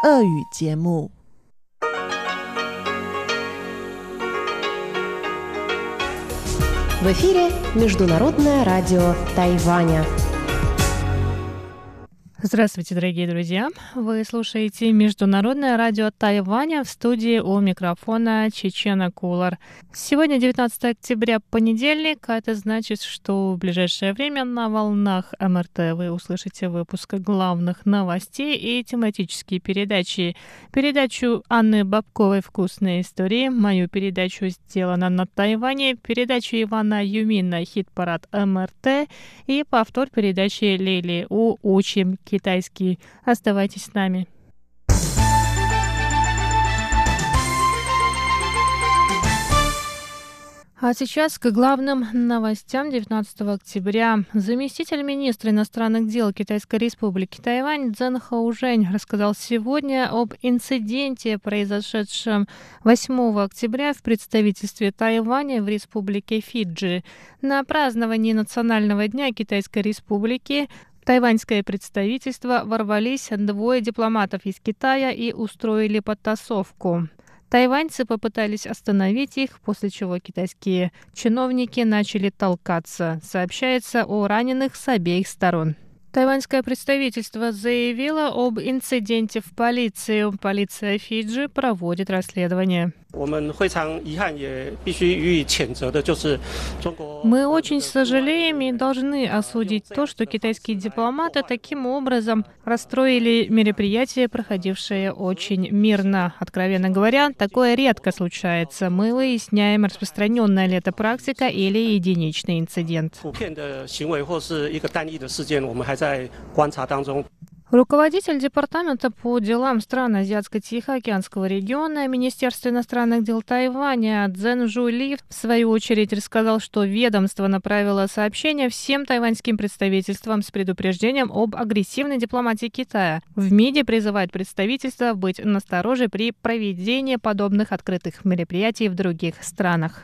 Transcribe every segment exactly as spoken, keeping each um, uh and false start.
俄语节目。 В эфире Международное радио Тайваня. Здравствуйте, дорогие друзья! Вы слушаете Международное радио Тайваня, в студии у микрофона Чечена Кулар. Сегодня девятнадцатое октября, понедельник, а это значит, что в ближайшее время на волнах эм эр тэ вы услышите выпуск главных новостей и тематические передачи. Передачу Анны Бабковой «Вкусные истории», мою передачу «Сделано на Тайване», передачу Ивана Юмина «Хит-парад эм эр тэ» и повтор передачи Лейли У «Учим китайский». Оставайтесь с нами. А сейчас к главным новостям девятнадцатого октября. Заместитель министра иностранных дел Китайской республики Тайвань Цзэн Хоужэнь рассказал сегодня об инциденте, произошедшем восьмого октября в представительстве Тайваня в республике Фиджи. На праздновании Национального дня Китайской республики в тайваньское представительство ворвались двое дипломатов из Китая и устроили потасовку. Тайваньцы попытались остановить их, после чего китайские чиновники начали толкаться. Сообщается о раненых с обеих сторон. Тайваньское представительство заявило об инциденте в полицию. Полиция Фиджи проводит расследование. Мы очень сожалеем и должны осудить то, что китайские дипломаты таким образом расстроили мероприятие, проходившее очень мирно. Откровенно говоря, такое редко случается. Мы выясняем, распространенная ли это практика или единичный инцидент. Руководитель Департамента по делам стран Азиатско-Тихоокеанского региона Министерства иностранных дел Тайваня Цзэн Жули в свою очередь рассказал, что ведомство направило сообщение всем тайваньским представительствам с предупреждением об агрессивной дипломатии Китая. В МИДе призывают представительства быть настороже при проведении подобных открытых мероприятий в других странах.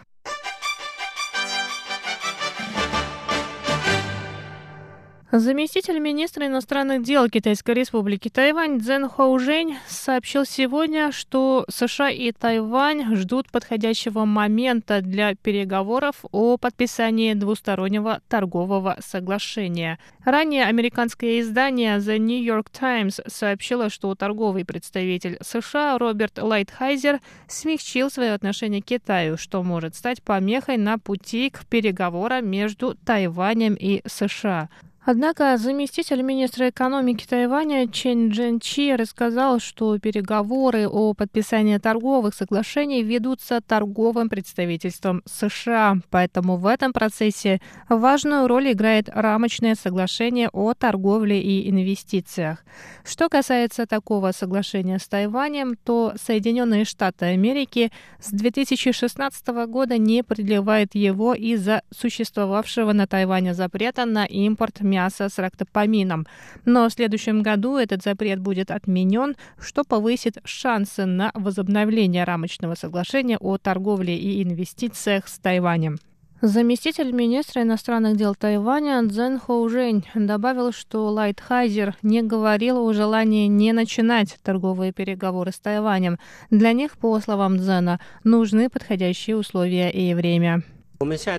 Заместитель министра иностранных дел Китайской республики Тайвань Цзэн Хоужэнь сообщил сегодня, что США и Тайвань ждут подходящего момента для переговоров о подписании двустороннего торгового соглашения. Ранее американское издание The New York Times сообщило, что торговый представитель США Роберт Лайтхайзер смягчил свое отношение к Китаю, что может стать помехой на пути к переговорам между Тайванем и США. Однако заместитель министра экономики Тайваня Чен Чжэньчи рассказал, что переговоры о подписании торговых соглашений ведутся торговым представительством США, поэтому в этом процессе важную роль играет рамочное соглашение о торговле и инвестициях. Что касается такого соглашения с Тайванем, то Соединенные Штаты Америки с две тысячи шестнадцатого года не продлевают его из-за существовавшего на Тайване запрета на импорт мяса с рактопамином. Но в следующем году этот запрет будет отменен, что повысит шансы на возобновление рамочного соглашения о торговле и инвестициях с Тайванем. Заместитель министра иностранных дел Тайваня Цзэн Хоужэнь добавил, что Лайтхайзер не говорил о желании не начинать торговые переговоры с Тайванем. Для них, по словам Цзэна, нужны подходящие условия и время. Мы в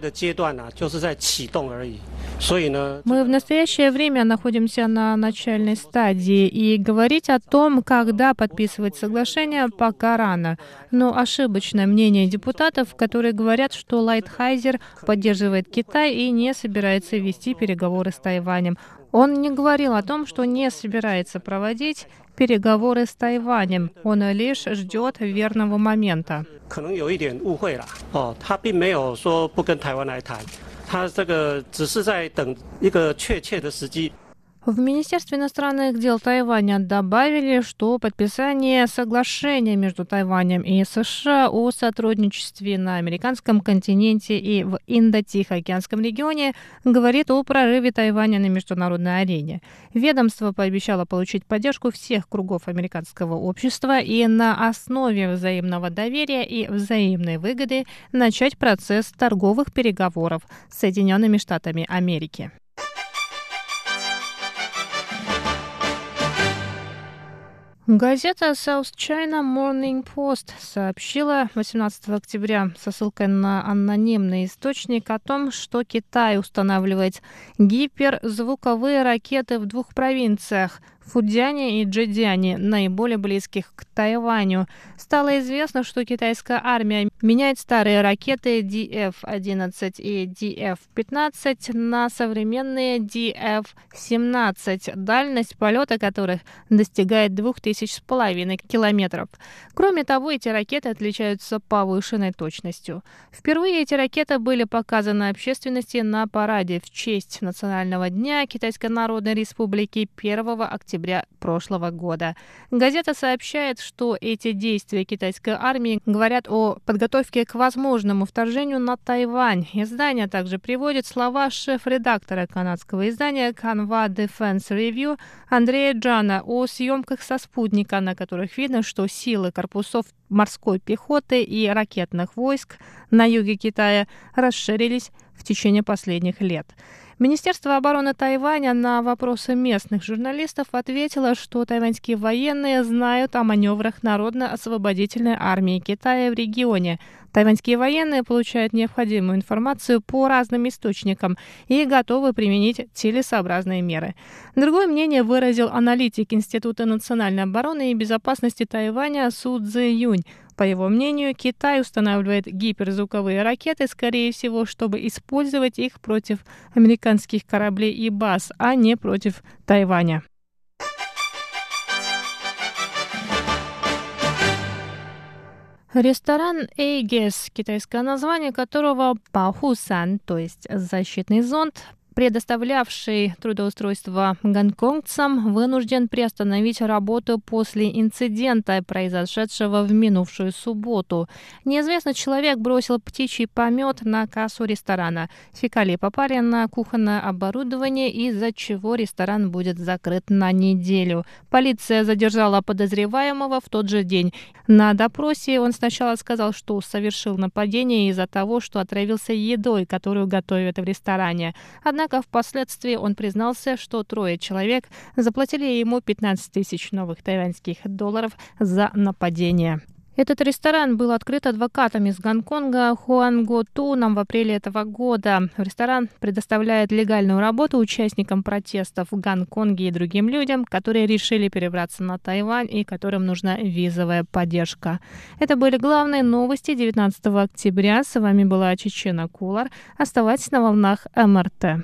настоящее время находимся на начальной стадии, и говорить о том, когда подписывать соглашение, пока рано. Но ошибочное мнение депутатов, которые говорят, что Лайтхайзер поддерживает Китай и не собирается вести переговоры с Тайванем. Он не говорил о том, что не собирается проводить переговоры с Тайванем. Он лишь ждет верного момента. В Министерстве иностранных дел Тайваня добавили, что подписание соглашения между Тайванем и США о сотрудничестве на американском континенте и в Индо-Тихоокеанском регионе говорит о прорыве Тайваня на международной арене. Ведомство пообещало получить поддержку всех кругов американского общества и на основе взаимного доверия и взаимной выгоды начать процесс торговых переговоров с Соединенными Штатами Америки. Газета South China Morning Post сообщила восемнадцатого октября со ссылкой на анонимный источник о том, что Китай устанавливает гиперзвуковые ракеты в двух провинциях – Фудзяне и Джэцзяне, наиболее близких к Тайваню. Стало известно, что китайская армия меняет старые ракеты ди эф одиннадцать и ди эф пятнадцать на современные ди эф семнадцать, дальность полета которых достигает двух тысяч с половиной километров. Кроме того, эти ракеты отличаются повышенной точностью. Впервые эти ракеты были показаны общественности на параде в честь Национального дня Китайской Народной Республики первого октября прошлого года. Газета сообщает, что эти действия китайской армии говорят о подготовке к возможному вторжению на Тайвань. Издание также приводит слова шеф-редактора канадского издания Canva Defense Review Андрея Джана о съемках со спутника, на которых видно, что силы корпусов морской пехоты и ракетных войск на юге Китая расширились в течение последних лет. Министерство обороны Тайваня на вопросы местных журналистов ответило, что тайваньские военные знают о маневрах Народно-освободительной армии Китая в регионе. Тайваньские военные получают необходимую информацию по разным источникам и готовы применить целесообразные меры. Другое мнение выразил аналитик Института национальной обороны и безопасности Тайваня Су Цзи Юнь. По его мнению, Китай устанавливает гиперзвуковые ракеты, скорее всего, чтобы использовать их против американских кораблей и баз, а не против Тайваня. Ресторан Эйгес, китайское название которого Баохусан, то есть защитный зонт, предоставлявший трудоустройство гонконгцам, вынужден приостановить работу после инцидента, произошедшего в минувшую субботу. Неизвестный человек бросил птичий помет на кассу ресторана. Фекалии попали на кухонное оборудование, из-за чего ресторан будет закрыт на неделю. Полиция задержала подозреваемого в тот же день. На допросе он сначала сказал, что совершил нападение из-за того, что отравился едой, которую готовят в ресторане. Однако Однако впоследствии он признался, что трое человек заплатили ему пятнадцать тысяч новых тайваньских долларов за нападение. Этот ресторан был открыт адвокатом из Гонконга Хуан Го Туном в апреле этого года. Ресторан предоставляет легальную работу участникам протестов в Гонконге и другим людям, которые решили перебраться на Тайвань и которым нужна визовая поддержка. Это были главные новости девятнадцатого октября. С вами была Чечена Кулар. Оставайтесь на волнах эм эр тэ.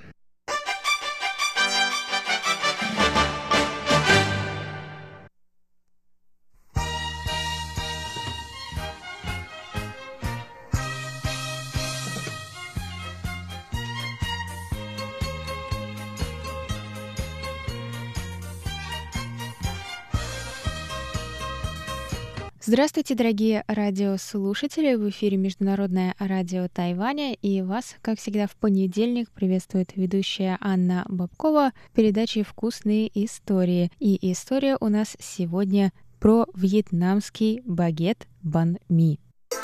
Здравствуйте, дорогие радиослушатели! В эфире Международное радио Тайваня, и вас, как всегда, в понедельник приветствует ведущая Анна Бабкова в передаче «Вкусные истории». И история у нас сегодня про вьетнамский багет бан ми.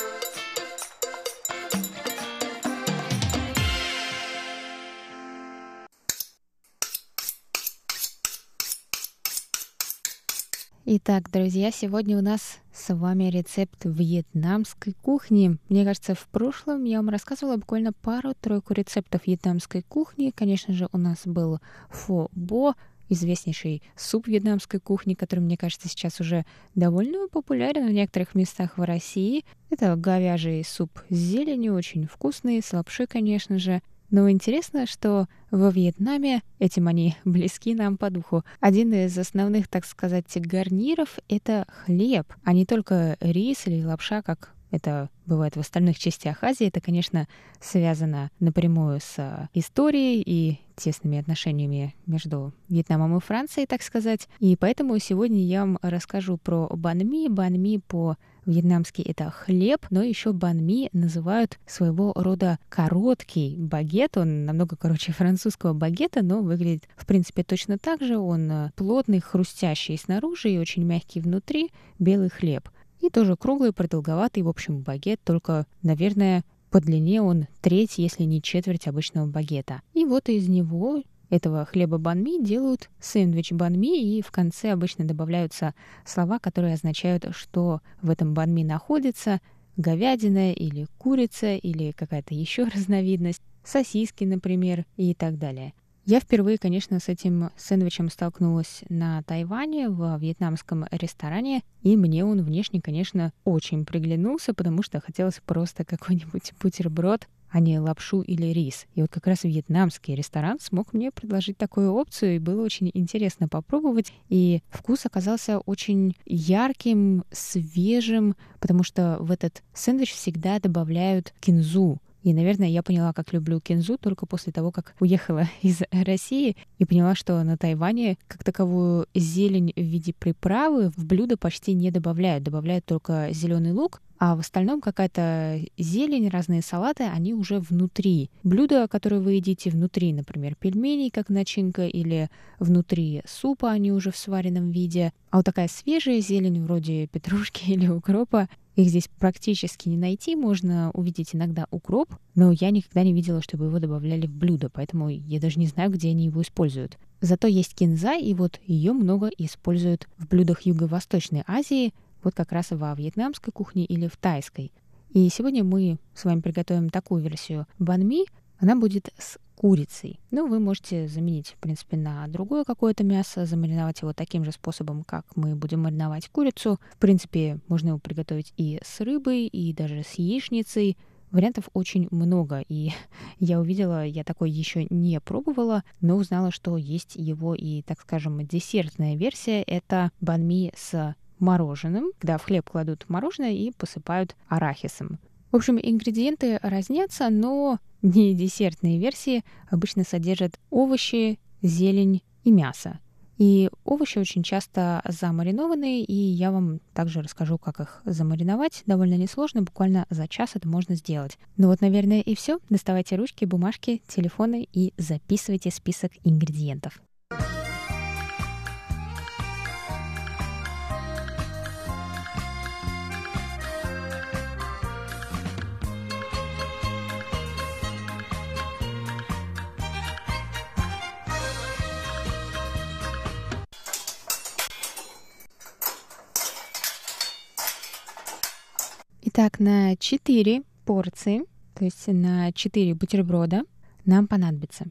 Итак, друзья, сегодня у нас с вами рецепт вьетнамской кухни. Мне кажется, в прошлом я вам рассказывала буквально пару-тройку рецептов вьетнамской кухни. Конечно же, у нас был фо бо, известнейший суп вьетнамской кухни, который, мне кажется, сейчас уже довольно популярен в некоторых местах в России. Это говяжий суп с зеленью, очень вкусный, с лапшой, конечно же. Но интересно, что во Вьетнаме, этим они близки нам по духу, один из основных, так сказать, гарниров — это хлеб, а не только рис или лапша, как это бывает в остальных частях Азии. Это, конечно, связано напрямую с историей и тесными отношениями между Вьетнамом и Францией, так сказать. И поэтому сегодня я вам расскажу про бан ми. Бан ми по-вьетнамски — это хлеб, но еще бан ми называют своего рода короткий багет. Он намного короче французского багета, но выглядит, в принципе, точно так же. Он плотный, хрустящий снаружи и очень мягкий внутри, белый хлеб. И тоже круглый, продолговатый, в общем, багет, только, наверное, по длине он треть, если не четверть обычного багета. И вот из него этого хлеба банми делают сэндвич банми, и в конце обычно добавляются слова, которые означают, что в этом банми находится: говядина или курица или какая-то еще разновидность, сосиски, например, и так далее. Я впервые, конечно, с этим сэндвичем столкнулась на Тайване в вьетнамском ресторане, и мне он внешне, конечно, очень приглянулся, потому что хотелось просто какой-нибудь бутерброд, а не лапшу или рис. И вот как раз вьетнамский ресторан смог мне предложить такую опцию, и было очень интересно попробовать. И вкус оказался очень ярким, свежим, потому что в этот сэндвич всегда добавляют кинзу. И, наверное, я поняла, как люблю кинзу только после того, как уехала из России и поняла, что на Тайване как таковую зелень в виде приправы в блюдо почти не добавляют. Добавляют только зеленый лук, а в остальном какая-то зелень, разные салаты, они уже внутри. Блюда, которые вы едите внутри, например, пельменей как начинка, или внутри супа, они уже в сваренном виде. А вот такая свежая зелень вроде петрушки или укропа, их здесь практически не найти, можно увидеть иногда укроп, но я никогда не видела, чтобы его добавляли в блюдо, поэтому я даже не знаю, где они его используют. Зато есть кинза, и вот ее много используют в блюдах Юго-Восточной Азии, вот как раз во вьетнамской кухне или в тайской. И сегодня мы с вами приготовим такую версию банми. Она будет с курицей. Ну, вы можете заменить, в принципе, на другое какое-то мясо, замариновать его таким же способом, как мы будем мариновать курицу. В принципе, можно его приготовить и с рыбой, и даже с яичницей. Вариантов очень много, и я увидела, я такой еще не пробовала, но узнала, что есть его и, так скажем, десертная версия. Это банми с мороженым, когда в хлеб кладут мороженое и посыпают арахисом. В общем, ингредиенты разнятся, но не десертные версии обычно содержат овощи, зелень и мясо. И овощи очень часто замаринованные, и я вам также расскажу, как их замариновать. Довольно несложно, буквально за час это можно сделать. Ну вот, наверное, и все. Доставайте ручки, бумажки, телефоны и записывайте список ингредиентов. Итак, на четыре порции, то есть на четыре бутерброда, нам понадобится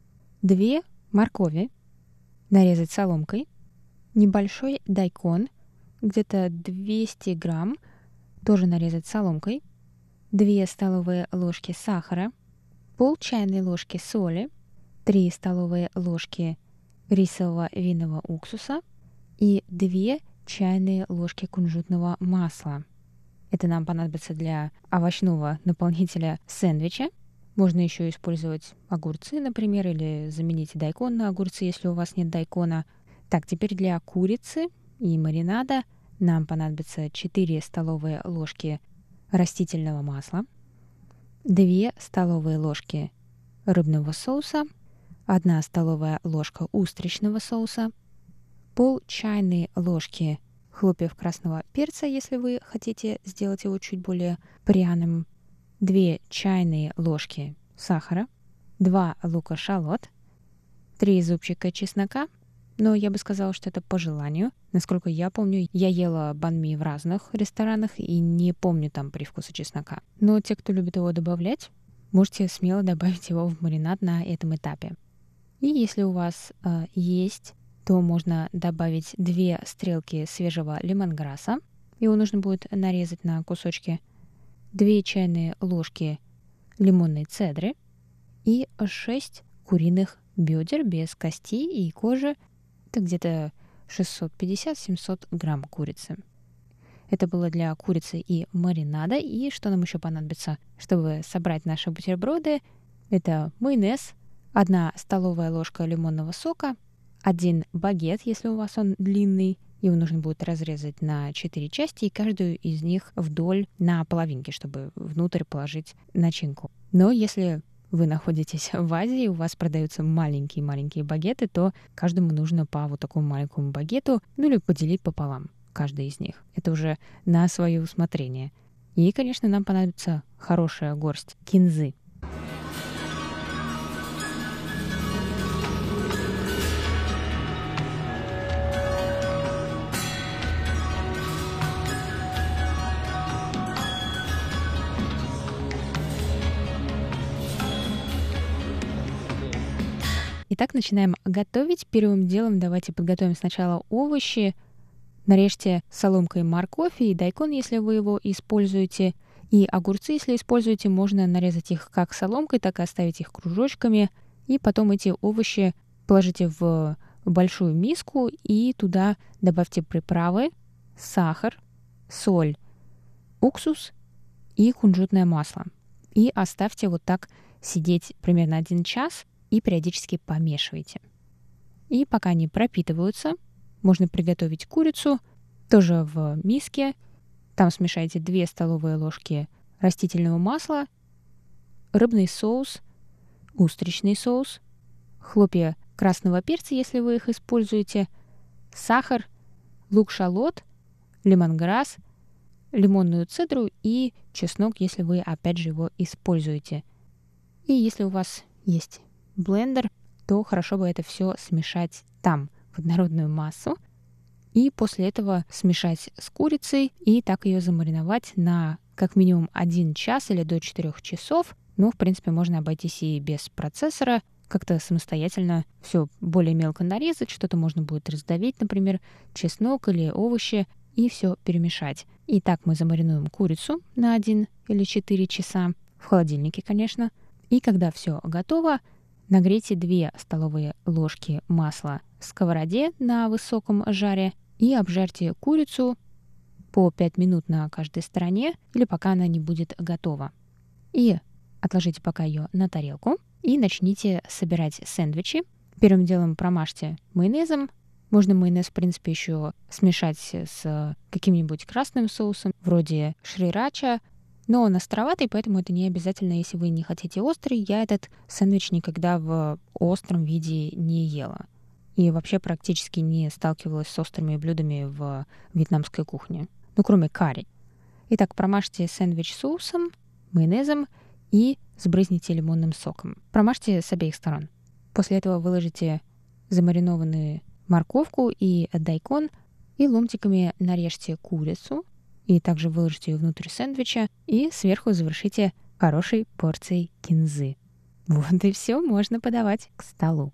две моркови, нарезать соломкой, небольшой дайкон, где-то двести грамм, тоже нарезать соломкой, две столовые ложки сахара, пол чайной ложки соли, три столовые ложки рисового винного уксуса и две чайные ложки кунжутного масла. Это нам понадобится для овощного наполнителя сэндвича. Можно еще использовать огурцы, например, или заменить дайкон на огурцы, если у вас нет дайкона. Так, теперь для курицы и маринада нам понадобится четыре столовые ложки растительного масла, две столовые ложки рыбного соуса, одна столовая ложка устричного соуса, пол чайной ложки хлопьев красного перца, если вы хотите сделать его чуть более пряным, две чайные ложки сахара, два лука-шалот, три зубчика чеснока, но я бы сказала, что это по желанию. Насколько я помню, я ела банми в разных ресторанах и не помню там привкуса чеснока. Но те, кто любит его добавлять, можете смело добавить его в маринад на этом этапе. И если у вас э, есть, то можно добавить две стрелки свежего лемонграсса. Его нужно будет нарезать на кусочки. две чайные ложки лимонной цедры и шесть куриных бедер без костей и кожи. Это где-то шестьсот пятьдесят - семьсот грамм курицы. Это было для курицы и маринада. И что нам еще понадобится, чтобы собрать наши бутерброды? Это майонез, одна столовая ложка лимонного сока, один багет, если у вас он длинный. Его нужно будет разрезать на четыре части и каждую из них вдоль на половинки, чтобы внутрь положить начинку. Но если вы находитесь в Азии, у вас продаются маленькие-маленькие багеты, то каждому нужно по вот такому маленькому багету, ну или поделить пополам каждый из них. Это уже на свое усмотрение. И, конечно, нам понадобится хорошая горсть кинзы. Итак, начинаем готовить. Первым делом давайте подготовим сначала овощи. Нарежьте соломкой морковь и дайкон, если вы его используете. И огурцы, если используете, можно нарезать их как соломкой, так и оставить их кружочками. И потом эти овощи положите в большую миску и туда добавьте приправы, сахар, соль, уксус и кунжутное масло. И оставьте вот так сидеть примерно один час и периодически помешивайте. И пока они пропитываются, можно приготовить курицу, тоже в миске. Там смешайте две столовые ложки растительного масла, рыбный соус, устричный соус, хлопья красного перца, если вы их используете, сахар, лук-шалот, лемонграсс, лимонную цедру и чеснок, если вы опять же его используете. И если у вас есть блендер, то хорошо бы это все смешать там, в однородную массу. И после этого смешать с курицей и так ее замариновать на как минимум один час или до четырех часов. Ну, в принципе, можно обойтись и без процессора, как-то самостоятельно все более мелко нарезать, что-то можно будет раздавить, например, чеснок или овощи, и все перемешать. И так мы замаринуем курицу на один или четыре часа, в холодильнике, конечно. И когда все готово, нагрейте две столовые ложки масла в сковороде на высоком жаре и обжарьте курицу по пять минут на каждой стороне или пока она не будет готова. И отложите пока ее на тарелку и начните собирать сэндвичи. Первым делом промажьте майонезом. Можно майонез, в принципе, еще смешать с каким-нибудь красным соусом, вроде шрирача, но он островатый, поэтому это не обязательно, если вы не хотите острый. Я этот сэндвич никогда в остром виде не ела. И вообще практически не сталкивалась с острыми блюдами в вьетнамской кухне. Ну, кроме карри. Итак, промажьте сэндвич соусом, майонезом и сбрызните лимонным соком. Промажьте с обеих сторон. После этого выложите замаринованную морковку и дайкон и ломтиками нарежьте курицу и также выложите ее внутрь сэндвича и сверху завершите хорошей порцией кинзы. Вот и все, можно подавать к столу.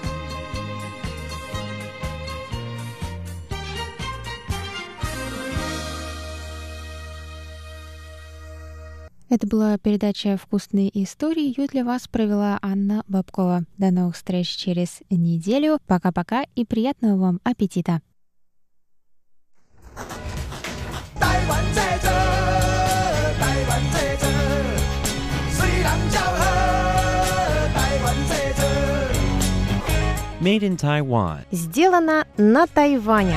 Это была передача «Вкусные истории». Ее для вас провела Анна Бабкова. До новых встреч через неделю. Пока-пока и приятного вам аппетита! Made in Taiwan. Сделано на Тайване.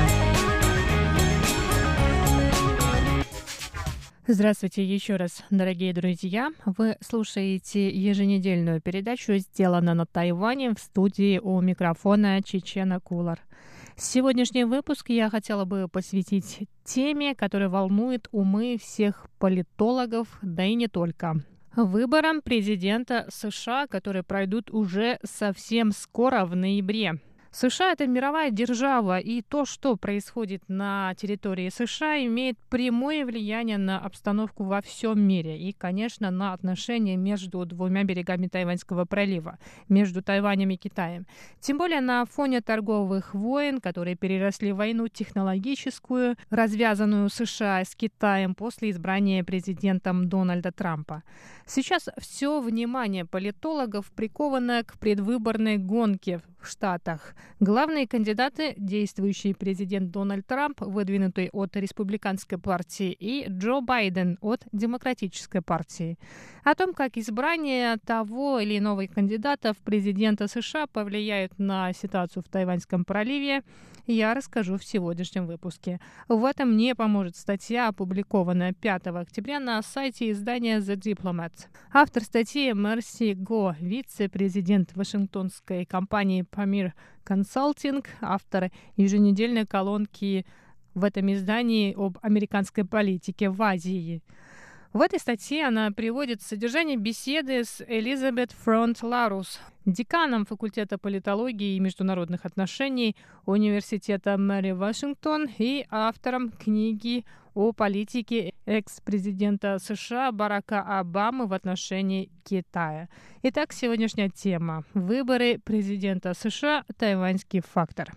Здравствуйте еще раз, дорогие друзья. Вы слушаете еженедельную передачу «Сделано на Тайване», в студии у микрофона Чечена Кулар. Сегодняшний выпуск я хотела бы посвятить теме, которая волнует умы всех политологов, да и не только. Выборам президента США, которые пройдут уже совсем скоро, в ноябре. США — это мировая держава, и то, что происходит на территории США, имеет прямое влияние на обстановку во всем мире и, конечно, на отношения между двумя берегами Тайваньского пролива, между Тайванем и Китаем. Тем более на фоне торговых войн, которые переросли в войну технологическую, развязанную США с Китаем после избрания президентом Дональда Трампа. Сейчас все внимание политологов приковано к предвыборной гонке в Штатах. Главные кандидаты – действующий президент Дональд Трамп, выдвинутый от Республиканской партии, и Джо Байден от Демократической партии. О том, как избрание того или иного кандидата в президента США повлияет на ситуацию в Тайваньском проливе, я расскажу в сегодняшнем выпуске. В этом мне поможет статья, опубликованная пятого октября на сайте издания The Diplomat. Автор статьи Мерси Го, вице-президент вашингтонской компании Pamir Consulting, автор еженедельной колонки в этом издании об американской политике в Азии. В этой статье она приводит содержание беседы с Элизабет Фронт-Ларус, деканом факультета политологии и международных отношений Университета Мэри Вашингтон и автором книги о политике экс-президента США Барака Обамы в отношении Китая. Итак, сегодняшняя тема – выборы президента США, тайваньский фактор.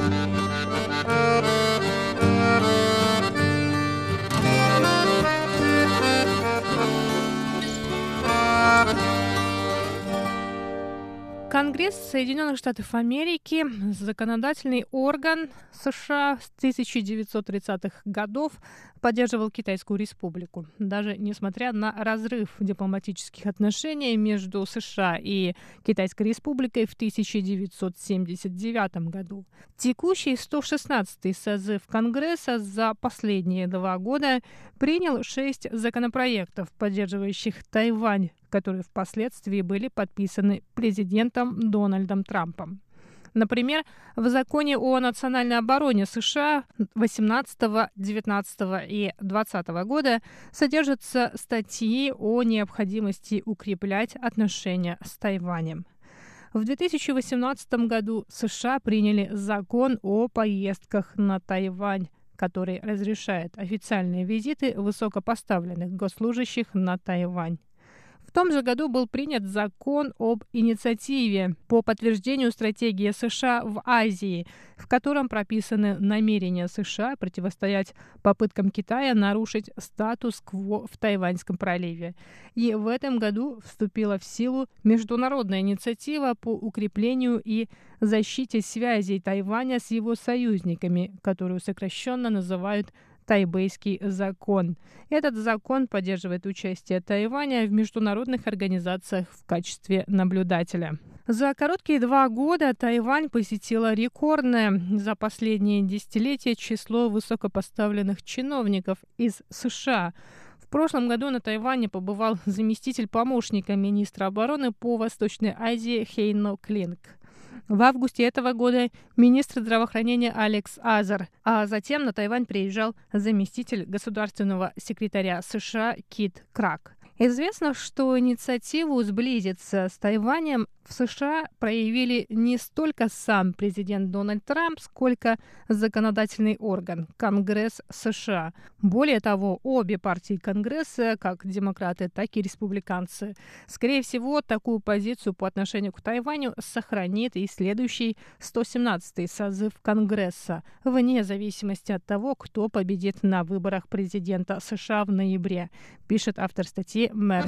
Конгресс Соединенных Штатов Америки, законодательный орган США с тысяча девятьсот тридцатых годов, поддерживал Китайскую республику, даже несмотря на разрыв дипломатических отношений между США и Китайской республикой в тысяча девятьсот семьдесят девятом году. Текущий сто шестнадцатый созыв Конгресса за последние два года принял шесть законопроектов, поддерживающих Тайвань, которые впоследствии были подписаны президентом Дональдом Трампом. Например, в законе о национальной обороне США восемнадцатого, девятнадцатого и двадцатого года содержатся статьи о необходимости укреплять отношения с Тайванем. В две тысячи восемнадцатом году США приняли закон о поездках на Тайвань, который разрешает официальные визиты высокопоставленных госслужащих на Тайвань. В том же году был принят закон об инициативе по подтверждению стратегии США в Азии, в котором прописаны намерения США противостоять попыткам Китая нарушить статус-кво в Тайваньском проливе. И в этом году вступила в силу международная инициатива по укреплению и защите связей Тайваня с его союзниками, которую сокращенно называют Тайбэйский закон. Этот закон поддерживает участие Тайваня в международных организациях в качестве наблюдателя. За короткие два года Тайвань посетила рекордное за последние десятилетия число высокопоставленных чиновников из США. В прошлом году на Тайване побывал заместитель помощника министра обороны по Восточной Азии Хейно Клинк. В августе этого года министр здравоохранения Алекс Азар, а затем на Тайвань приезжал заместитель государственного секретаря США Кит Крак. Известно, что инициативу сблизиться с Тайванем в США проявили не столько сам президент Дональд Трамп, сколько законодательный орган – Конгресс США. Более того, обе партии Конгресса, как демократы, так и республиканцы, скорее всего, такую позицию по отношению к Тайваню сохранит и следующий сто семнадцатый созыв Конгресса, вне зависимости от того, кто победит на выборах президента США в ноябре, пишет автор статьи Мерси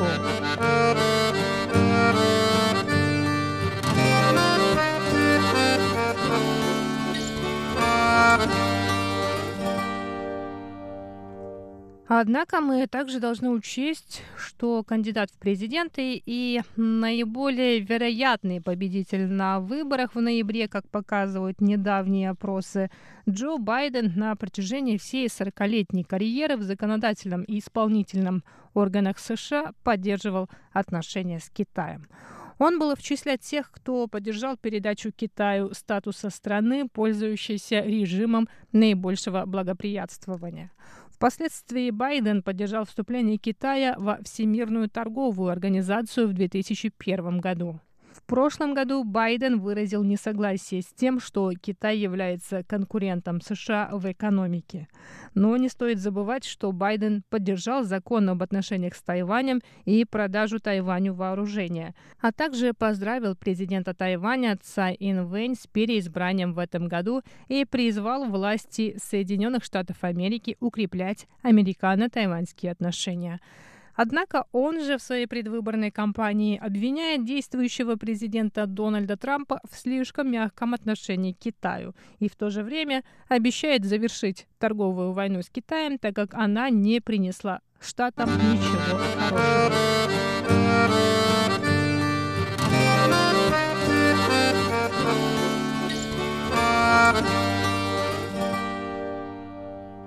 Го. Однако мы также должны учесть, что кандидат в президенты и наиболее вероятный победитель на выборах в ноябре, как показывают недавние опросы, Джо Байден на протяжении всей сорокалетней карьеры в законодательном и исполнительном органах США поддерживал отношения с Китаем. Он был в числе тех, кто поддержал передачу Китаю статуса страны, пользующейся режимом наибольшего благоприятствования. Впоследствии Байден поддержал вступление Китая во Всемирную торговую организацию в две тысячи первом году. В прошлом году Байден выразил несогласие с тем, что Китай является конкурентом США в экономике. Но не стоит забывать, что Байден поддержал закон об отношениях с Тайванем и продажу Тайваню вооружения, а также поздравил президента Тайваня Цай Ин-вэнь с переизбранием в этом году и призвал власти Соединенных Штатов Америки укреплять американо-тайваньские отношения. Однако он же в своей предвыборной кампании обвиняет действующего президента Дональда Трампа в слишком мягком отношении к Китаю и в то же время обещает завершить торговую войну с Китаем, так как она не принесла Штатам ничего хорошего.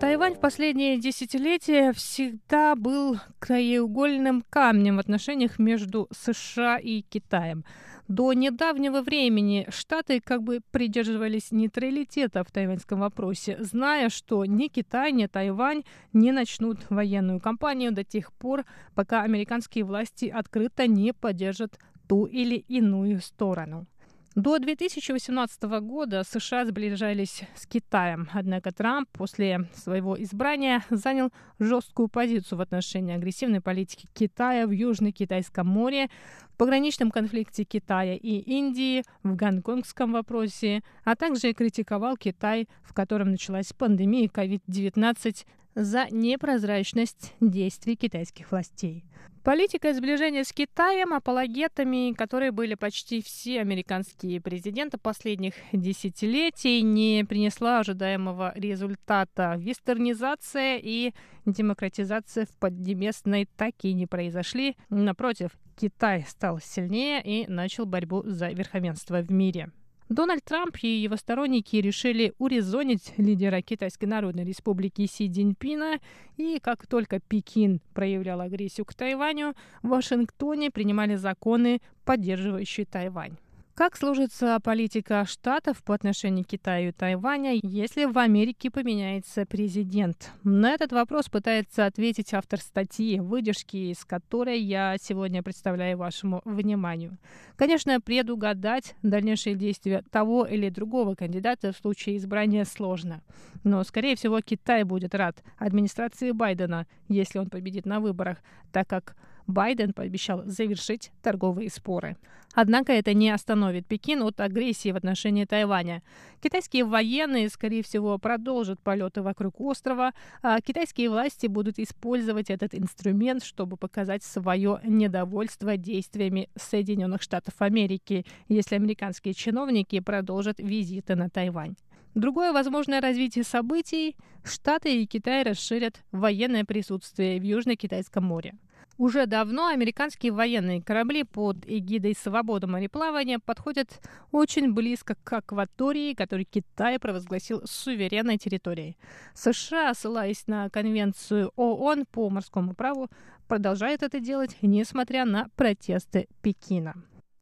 Тайвань в последние десятилетия всегда был краеугольным камнем в отношениях между США и Китаем. До недавнего времени Штаты как бы придерживались нейтралитета в тайваньском вопросе, зная, что ни Китай, ни Тайвань не начнут военную кампанию до тех пор, пока американские власти открыто не поддержат ту или иную сторону. До две тысячи восемнадцатого года США сближались с Китаем, однако Трамп после своего избрания занял жесткую позицию в отношении агрессивной политики Китая в Южно-Китайском море, в пограничном конфликте Китая и Индии, в гонконгском вопросе, а также критиковал Китай, в котором началась пандемия ковид девятнадцать, за непрозрачность действий китайских властей. Политика сближения с Китаем, апологетами, которые были почти все американские президенты последних десятилетий, не принесла ожидаемого результата. Вестернизация и демократизация в Поднебесной так и не произошли. Напротив, Китай стал сильнее и начал борьбу за верховенство в мире. Дональд Трамп и его сторонники решили урезонить лидера Китайской Народной Республики Си Цзиньпина, и как только Пекин проявлял агрессию к Тайваню, в Вашингтоне принимали законы, поддерживающие Тайвань. Как сложится политика Штатов по отношению к Китаю и Тайваню, если в Америке поменяется президент? На этот вопрос пытается ответить автор статьи, выдержки из которой я сегодня представляю вашему вниманию. Конечно, предугадать дальнейшие действия того или другого кандидата в случае избрания сложно. Но, скорее всего, Китай будет рад администрации Байдена, если он победит на выборах, так как Байден пообещал завершить торговые споры. Однако это не остановит Пекин от агрессии в отношении Тайваня. Китайские военные, скорее всего, продолжат полеты вокруг острова, а китайские власти будут использовать этот инструмент, чтобы показать свое недовольство действиями Соединенных Штатов Америки, если американские чиновники продолжат визиты на Тайвань. Другое возможное развитие событий – Штаты и Китай расширят военное присутствие в Южно-Китайском море. Уже давно американские военные корабли под эгидой «Свобода мореплавания» подходят очень близко к акватории, которую Китай провозгласил суверенной территорией. США, ссылаясь на Конвенцию ООН по морскому праву, продолжает это делать, несмотря на протесты Пекина.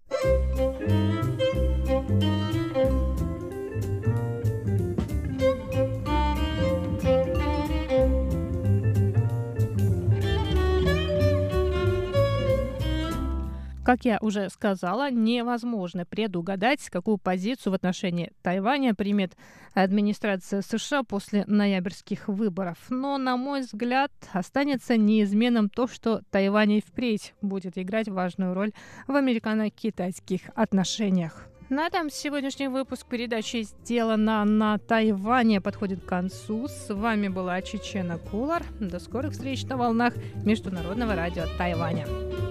Как я уже сказала, невозможно предугадать, какую позицию в отношении Тайваня примет администрация США после ноябрьских выборов. Но, на мой взгляд, останется неизменным то, что Тайвань и впредь будет играть важную роль в американо-китайских отношениях. На этом сегодняшний выпуск передачи «Сделано на Тайване» подходит к концу. С вами была Чечена Кулар. До скорых встреч на волнах Международного радио Тайваня.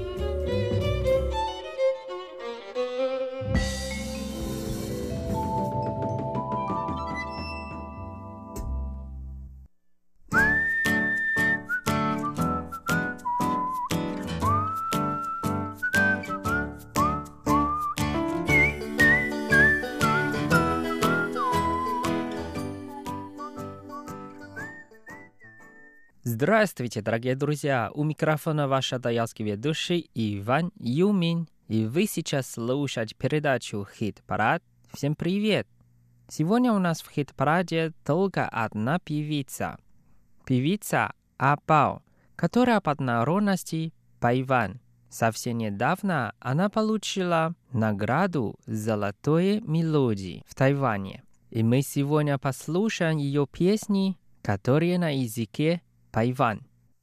Здравствуйте, дорогие друзья! У микрофона ваш даялский ведущий Иван Юмин. И вы сейчас слушаете передачу «Хит-парад». Всем привет! Сегодня у нас в «Хит-параде» только одна певица. Певица Абао, которая по народности Пайван. Совсем недавно она получила награду «Золотой мелодии» в Тайване. И мы сегодня послушаем ее песни, которые на языке Пайван.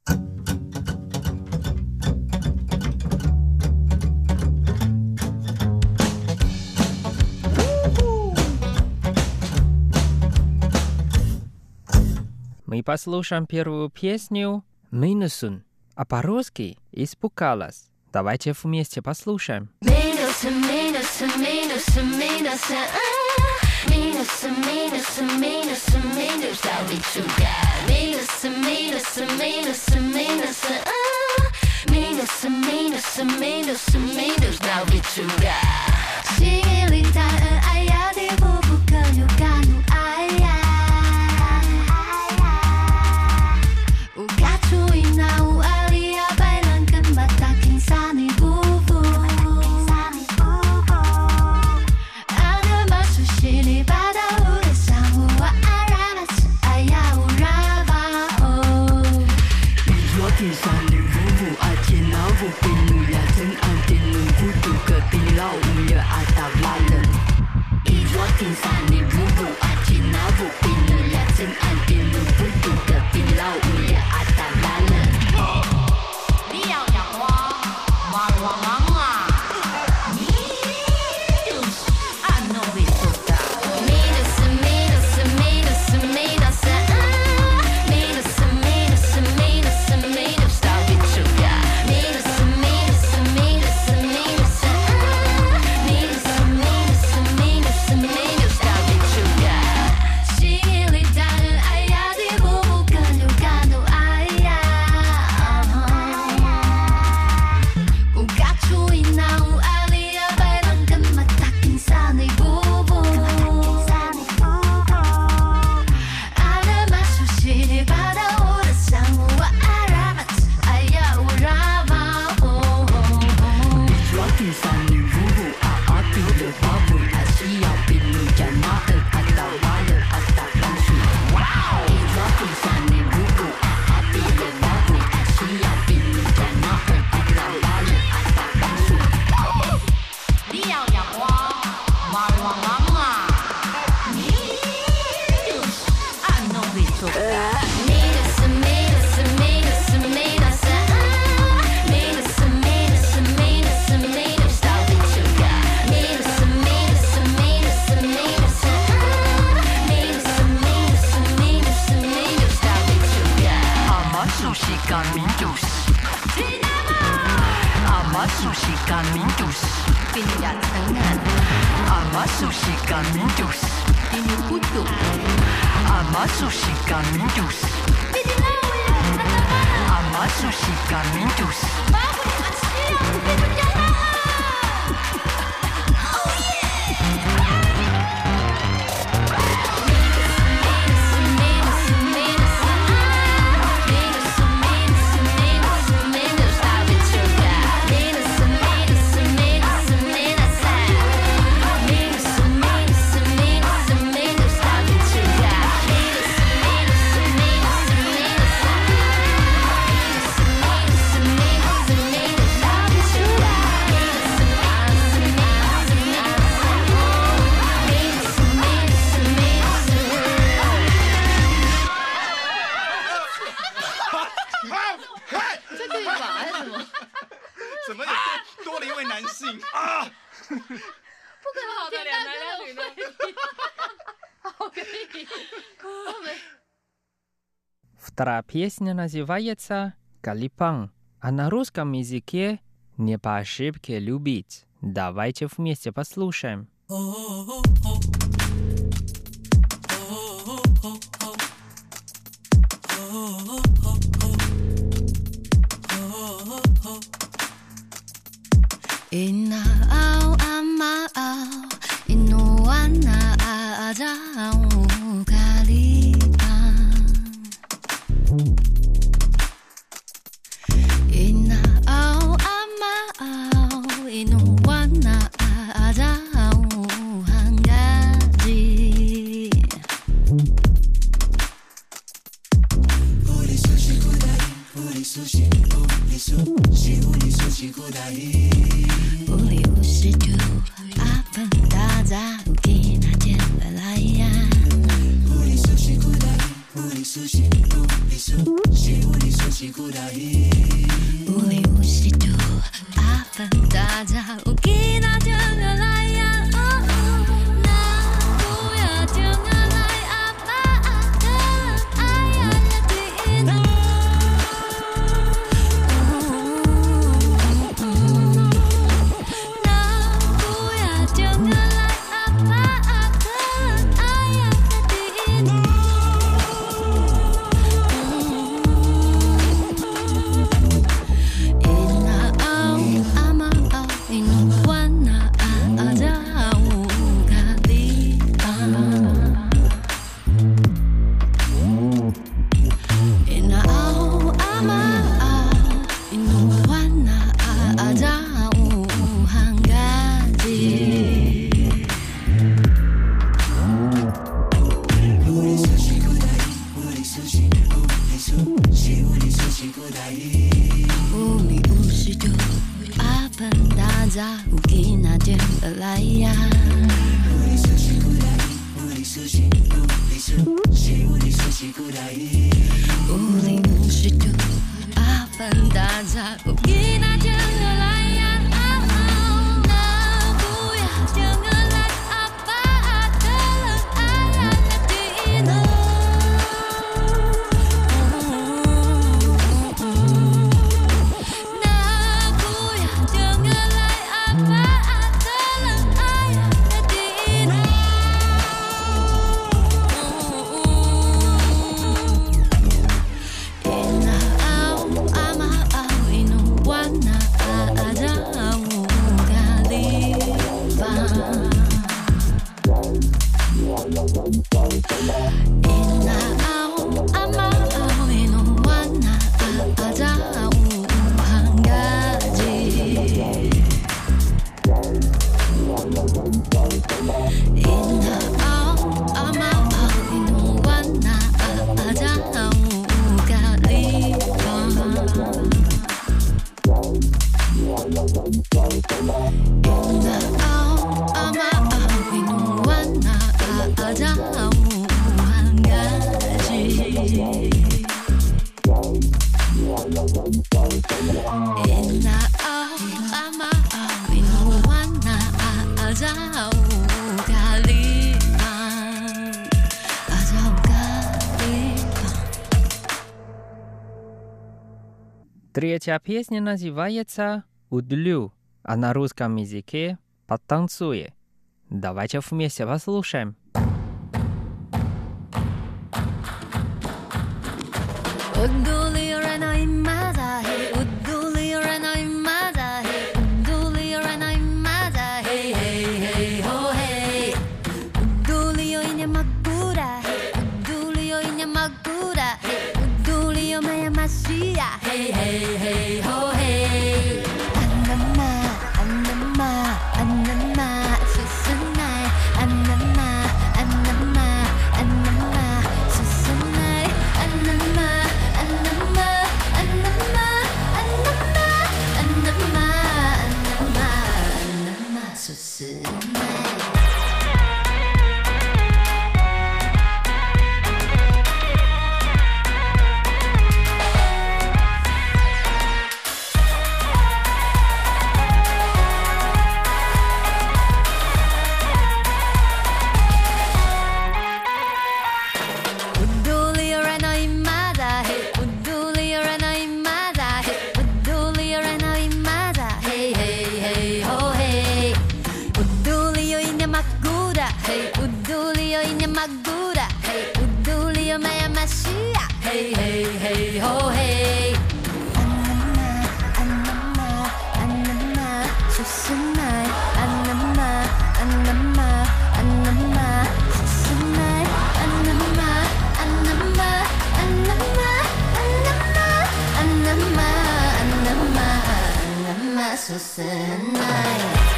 Мы послушаем первую песню «Минусун», а по-русски «Испугалась». Давайте вместе послушаем. Минусун, минусун, минусун, минусун, минусун, минусун, минусун, минусун, минусун, минусун, минусун, минусун, минусун, минусун, минусун, минусун, now we together. 心里在恩爱呀，你不不可有感有爱呀。 시간 민주스 아마수 시간 민주스 Tidak tenang 아마수 시간 민주스 Ini kutuk 아마수 시간 민주스 Ini lawan 아마수 시간 민주스 Babu dengan siang Itu jalan Oh yeah Вторая песня называется «Калипан», а на русском языке «Не по ошибке любить». Давайте вместе послушаем. Ina au ama au inuana ajau kalipan Ina au ama au inuana ajau hangaji Uri sushi kudai uri sushi uri sushi uri sushi kudai 우리 우시도 아픈 다자 웃기나 젤라야 우리 수시 구다이 우리 수시 우리 수시 우리 수시 구다이 우리 우시도 아픈 다자 웃기나 젤라야 나도야 젤라이 아빠 아들 아야 라디나 Третья песня называется «Удлю», а на русском языке «Потанцуй». Давайте вместе послушаем. Hey, hey, hey, ho, hey. Anama, anama, anama, susunai. Anama, anama, anama, susunai. Anama, anama, anama, anama, anama, anama, anama, susunai. Hey, hey, hey, ho, hey. Anama, anama, anama, susunai. Anama, anama, anama, susunai. Anama, anama, anama, anama, anama, anama, anama, susunai.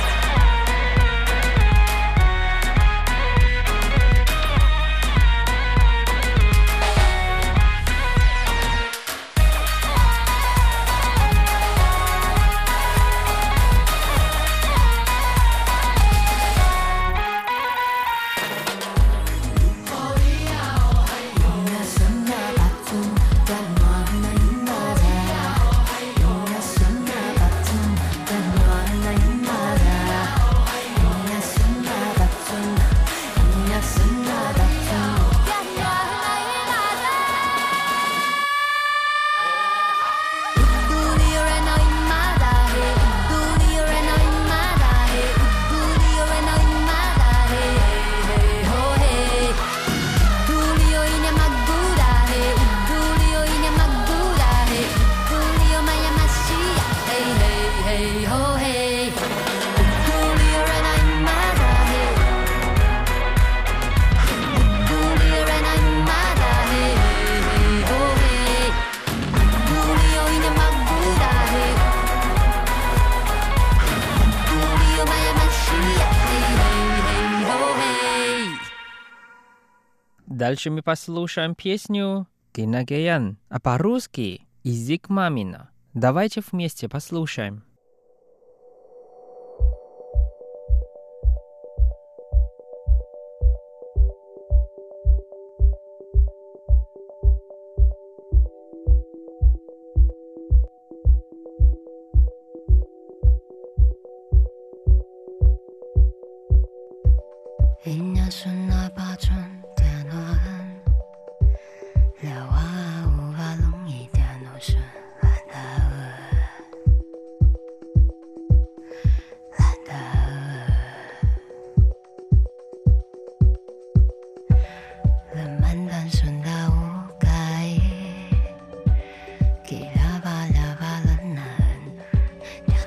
Дальше мы послушаем песню «Кинагеян», а по-русски «Язык мамина». Давайте вместе послушаем.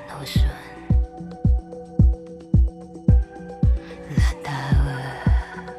La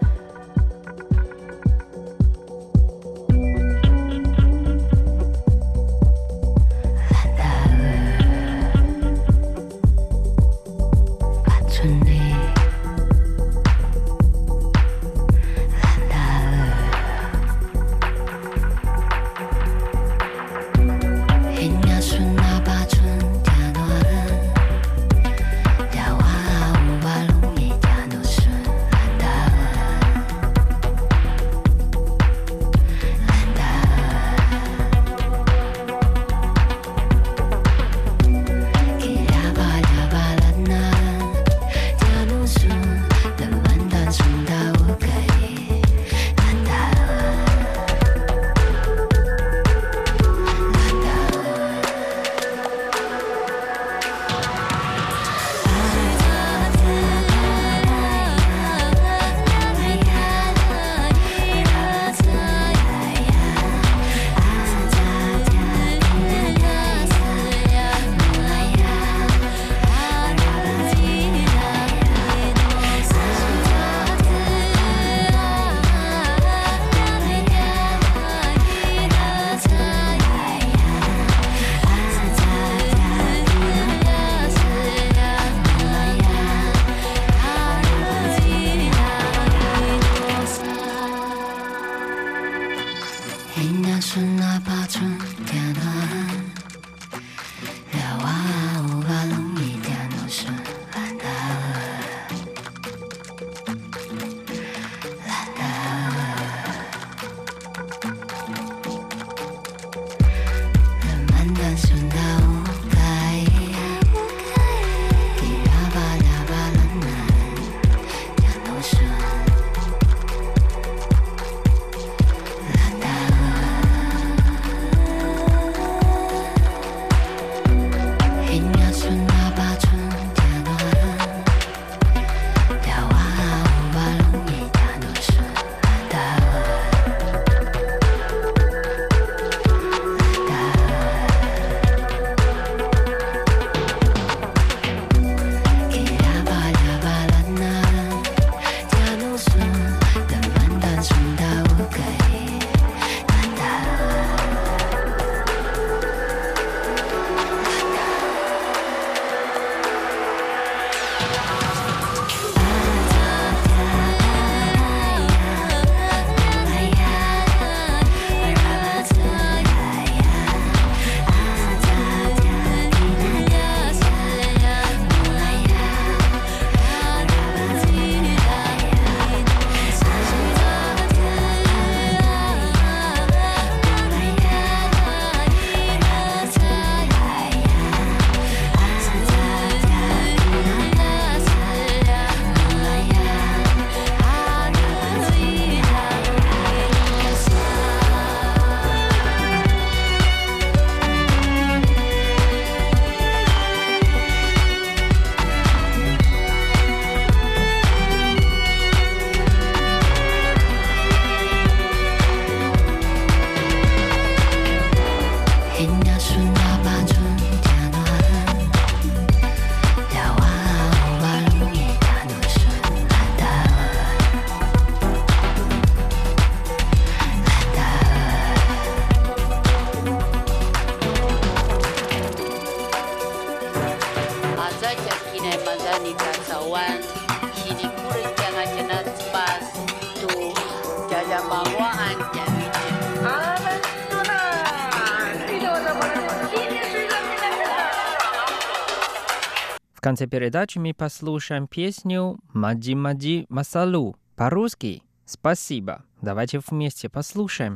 В конце передачи мы послушаем песню «Маджи Маджи Масалу» по-русски. Спасибо. Давайте вместе послушаем.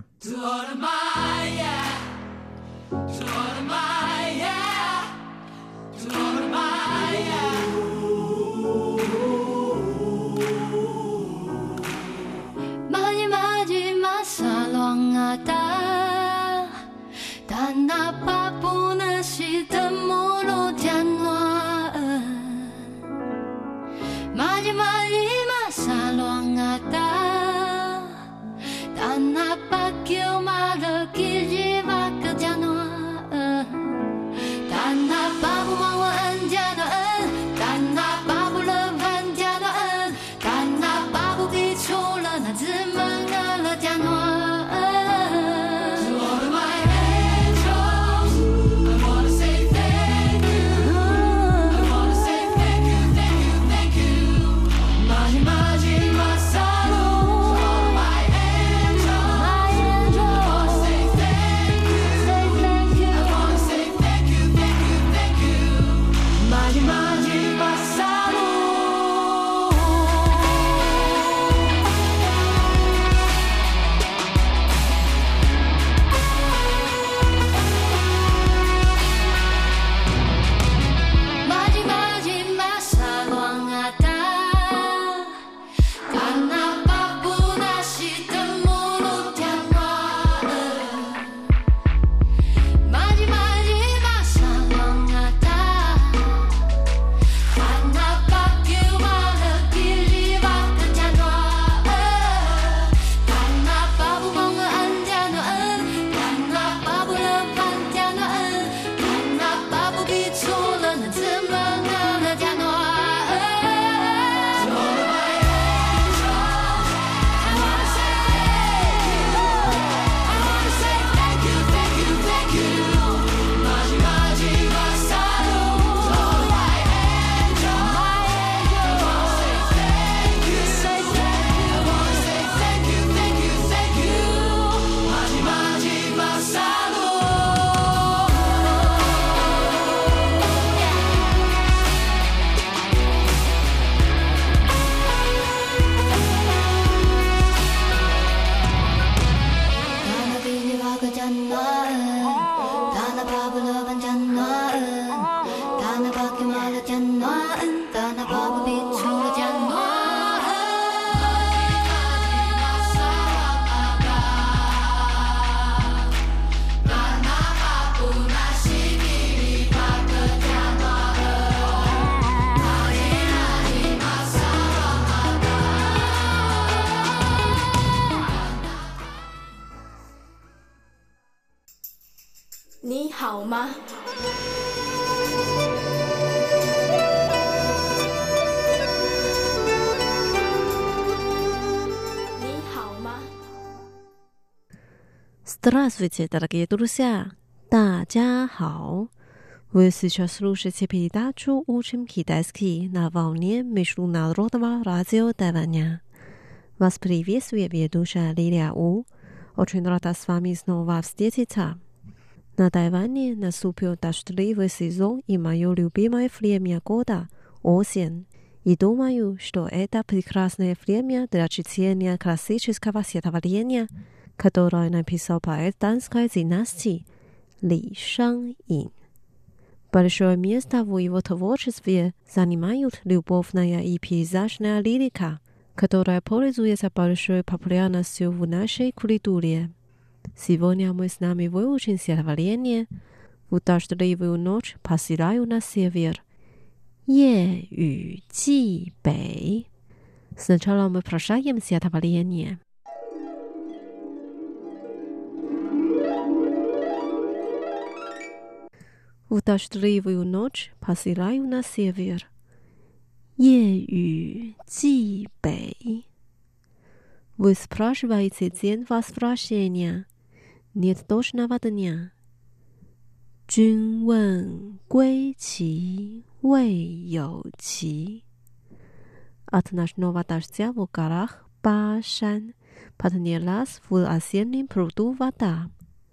Tanah pakio malu kiri bak janwa 你好吗？你好吗？ Здравствуйте, дорогие друзья! 大家好! Вы сейчас слушаете передачу «Учим китайский» на волне Международного радио Тайваня. Вас приветствует ведущая Лилия У. Очень рада с вами снова встретиться. На Тайване наступил дождливый сезон и мое любимое время года – осень. И думаю, что это прекрасное время для чтения классического стихотворения, которое написал поэт Танской династии Ли Шанъин. Большое место в его творчестве занимают любовная и пейзажная лирика, которая пользуется большой популярностью в нашей культуре. Сегодня мы с нами выучим стихотворение «В дождливую ночь посылаю на север» «Е ю ji бэй». Сначала мы прочитаем стихотворение. В дождливую ночь посылаю на север. Е ю ji бэй. Вы спрашиваете день возвращения. Нет точного дня. Джун вэн гуэй qi вэй you qi. От ночного дождя в горах Башан поднялась в осеннем пруду вода.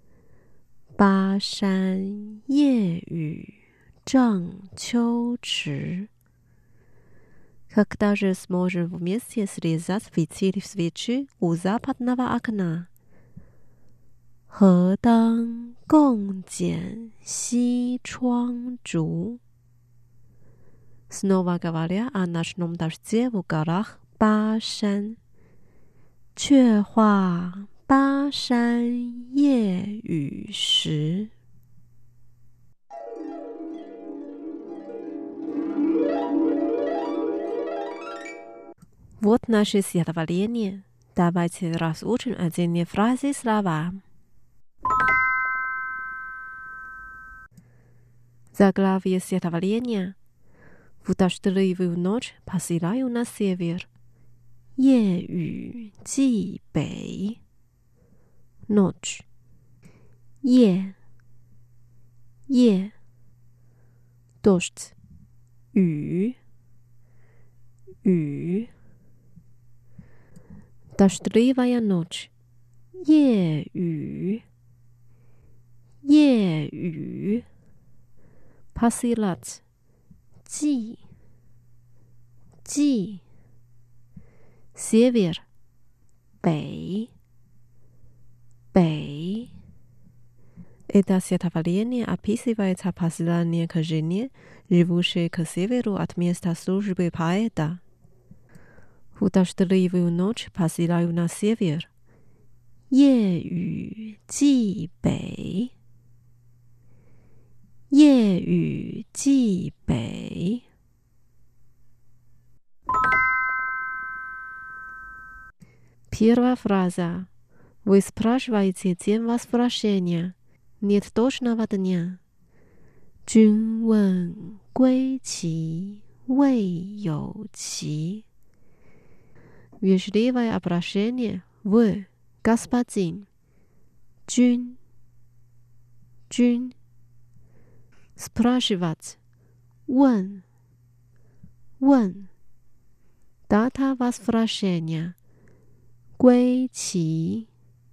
Башан е ю зhang qiu chi. Когда же сможем вместе срезать фитиль свечи у западного окна? 何当共剪西窗烛. Снова говоря о ночном дожде в горах Башан. 却话巴山夜雨时. Вот наше стихотворение. Давайте разучим отдельные фразы и слова. Заглавие стихотворения. В дождливую ночь посылаю на север. Е ю ji бэй. Ночь. Е. Е. Дождь. Ю. Ю. Дождливая ночь. Е ю. Е ю. Посылать. Ji. Ji. Север. Бэй. Бэй. Это стихотворение описывает послание к жене, живущей к северу от места службы поэта. В дождливую ночь посылаю на север. Е ю ji бэй. Е ю ji бэй. Первая фраза. Вы спрашиваете день возвращения. Нет точного дня. Джун вэн гуэй qi вэй you qi. Вежливое обращение «вы», господин. Джун. Джун. Спрашивать. Вэн. Вэн. Дата возвращения. Гуэй qi.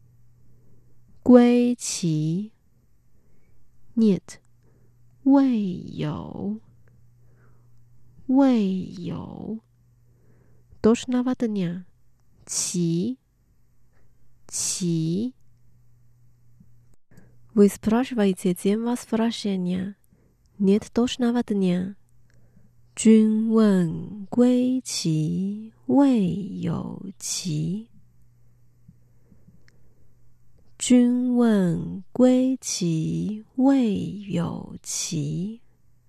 Гуэй qi. Нет. Вэй you. Вэй you. Точного дня. Qi. Qi. Вы спрашиваете день возвращения. Нет точного дня. Джун вэн гуэй qi вэй you qi. Джун вэн гуэй qi вэй you qi.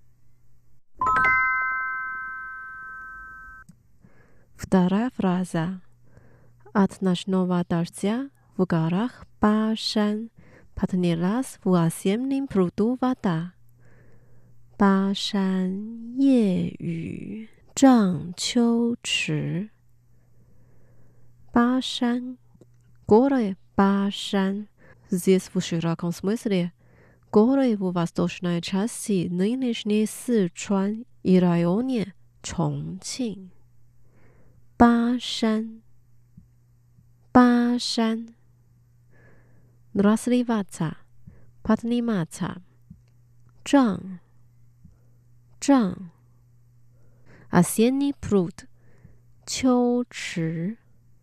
Вторая фраза. От ночного дождя в горах Башан поднялась в осеннем пруду вода. 巴山夜雨涨秋池. 巴山 горы Башан. Здесь в широком смысле горы в восточной части нынешней Сычуань и районе Чонgjing. Башан. Башан. Развиваться, подниматься. Чжан. Чжан. Осенний пруд. 秋池.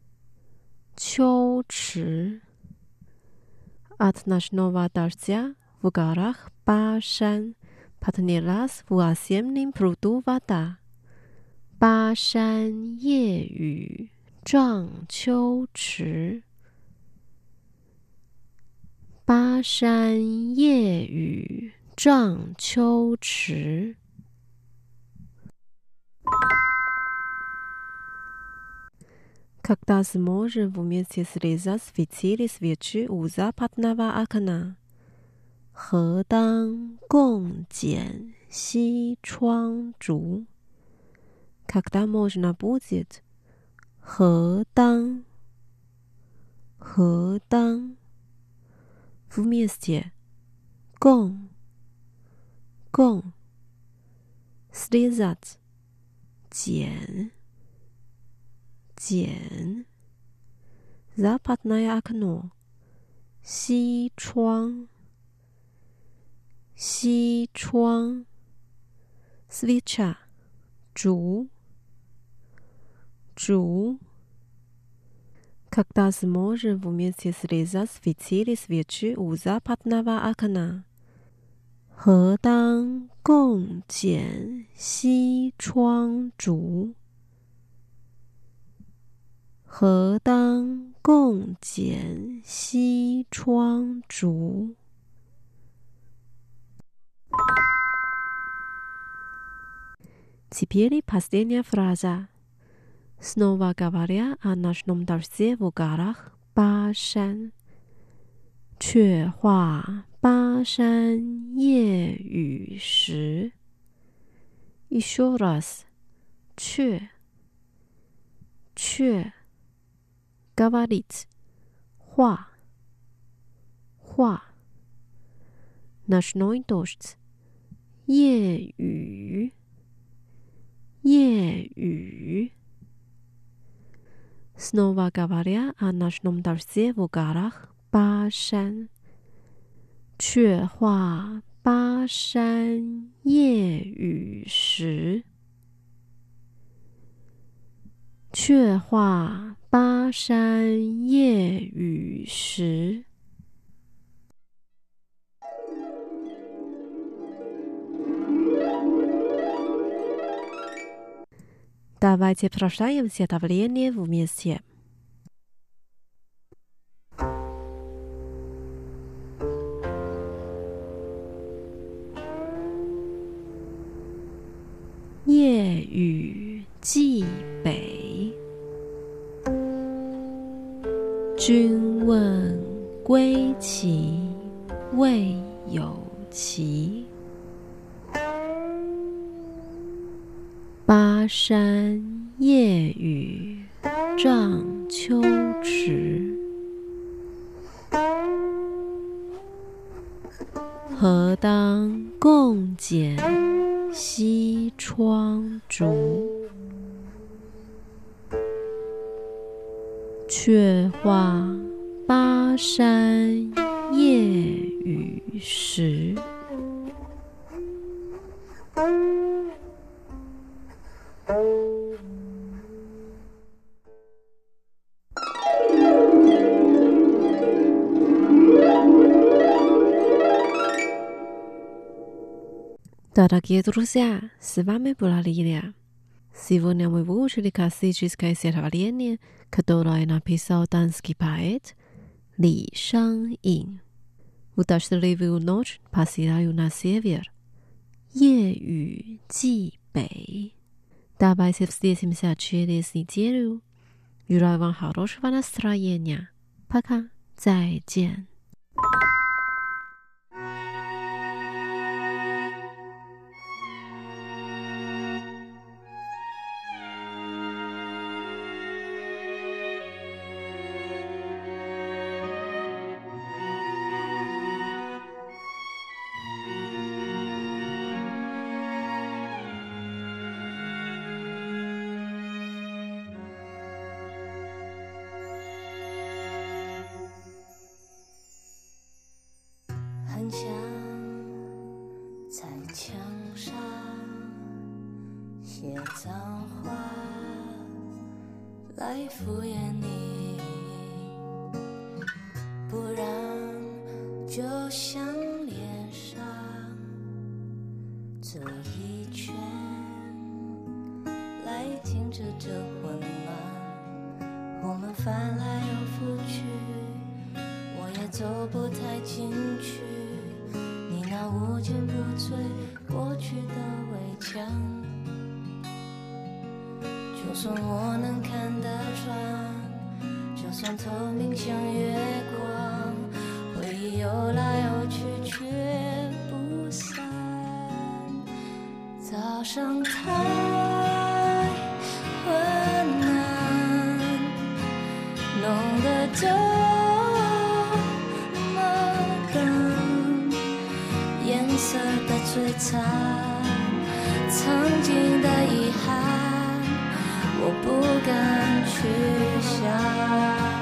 秋池. От ночного дождя в горах Башан поднялась в осеннем пруду вода. 巴山夜雨涨秋池. 巴山夜雨涨秋池. Когда сможем вместе срезать светили свечи у западного окна. 河当共剪西窗烛. Когда можно будет? 河当 河当 вместе. 共 共 срезать. 剪 剪 западное окно. 西窗 西窗 свеча. 烛 烛 Когда сможем вместе срезать светили свечи у западного окна. 河当共剪西窗烛. 河当共剪西窗烛. Теперь последняя фраза. Снова говоря о ночном дожде в горах Башан. 却话巴山夜雨时. Еще раз. 却 却 говорить. 话 话 Ночной дождь. 夜雨 夜雨. Снова говоря о ночном дожде в горах Башан. 却话巴山夜雨时. 却话巴山夜雨时. Давайте прочитаем стихотворение вместе. «夜雨寄北，君问归期未有期。巴山夜雨涨秋池，何当共剪西窗烛。却话巴山夜雨时。Дорогие друзья, с вами была Лилия. Сегодня мы выучили классическое стихотворение, которое написал данский поэт Ли Шанъин. В дождливую ночь посылаю на север. 夜雨寄北. Давайте встретимся через неделю. Желаю вам хорошего настроения. Пока. 再见。 墙上写脏话来敷衍你，不然就像脸上走一圈来停止这混乱，我们翻来又覆去，我也走不太进去，你那无坚不摧过去的围墙，就算我能看得穿，就算透明像月光，回忆游来游去却不散。早上太昏暗，弄得这么冷，颜色的摧残，曾经的遗憾，我不敢去想。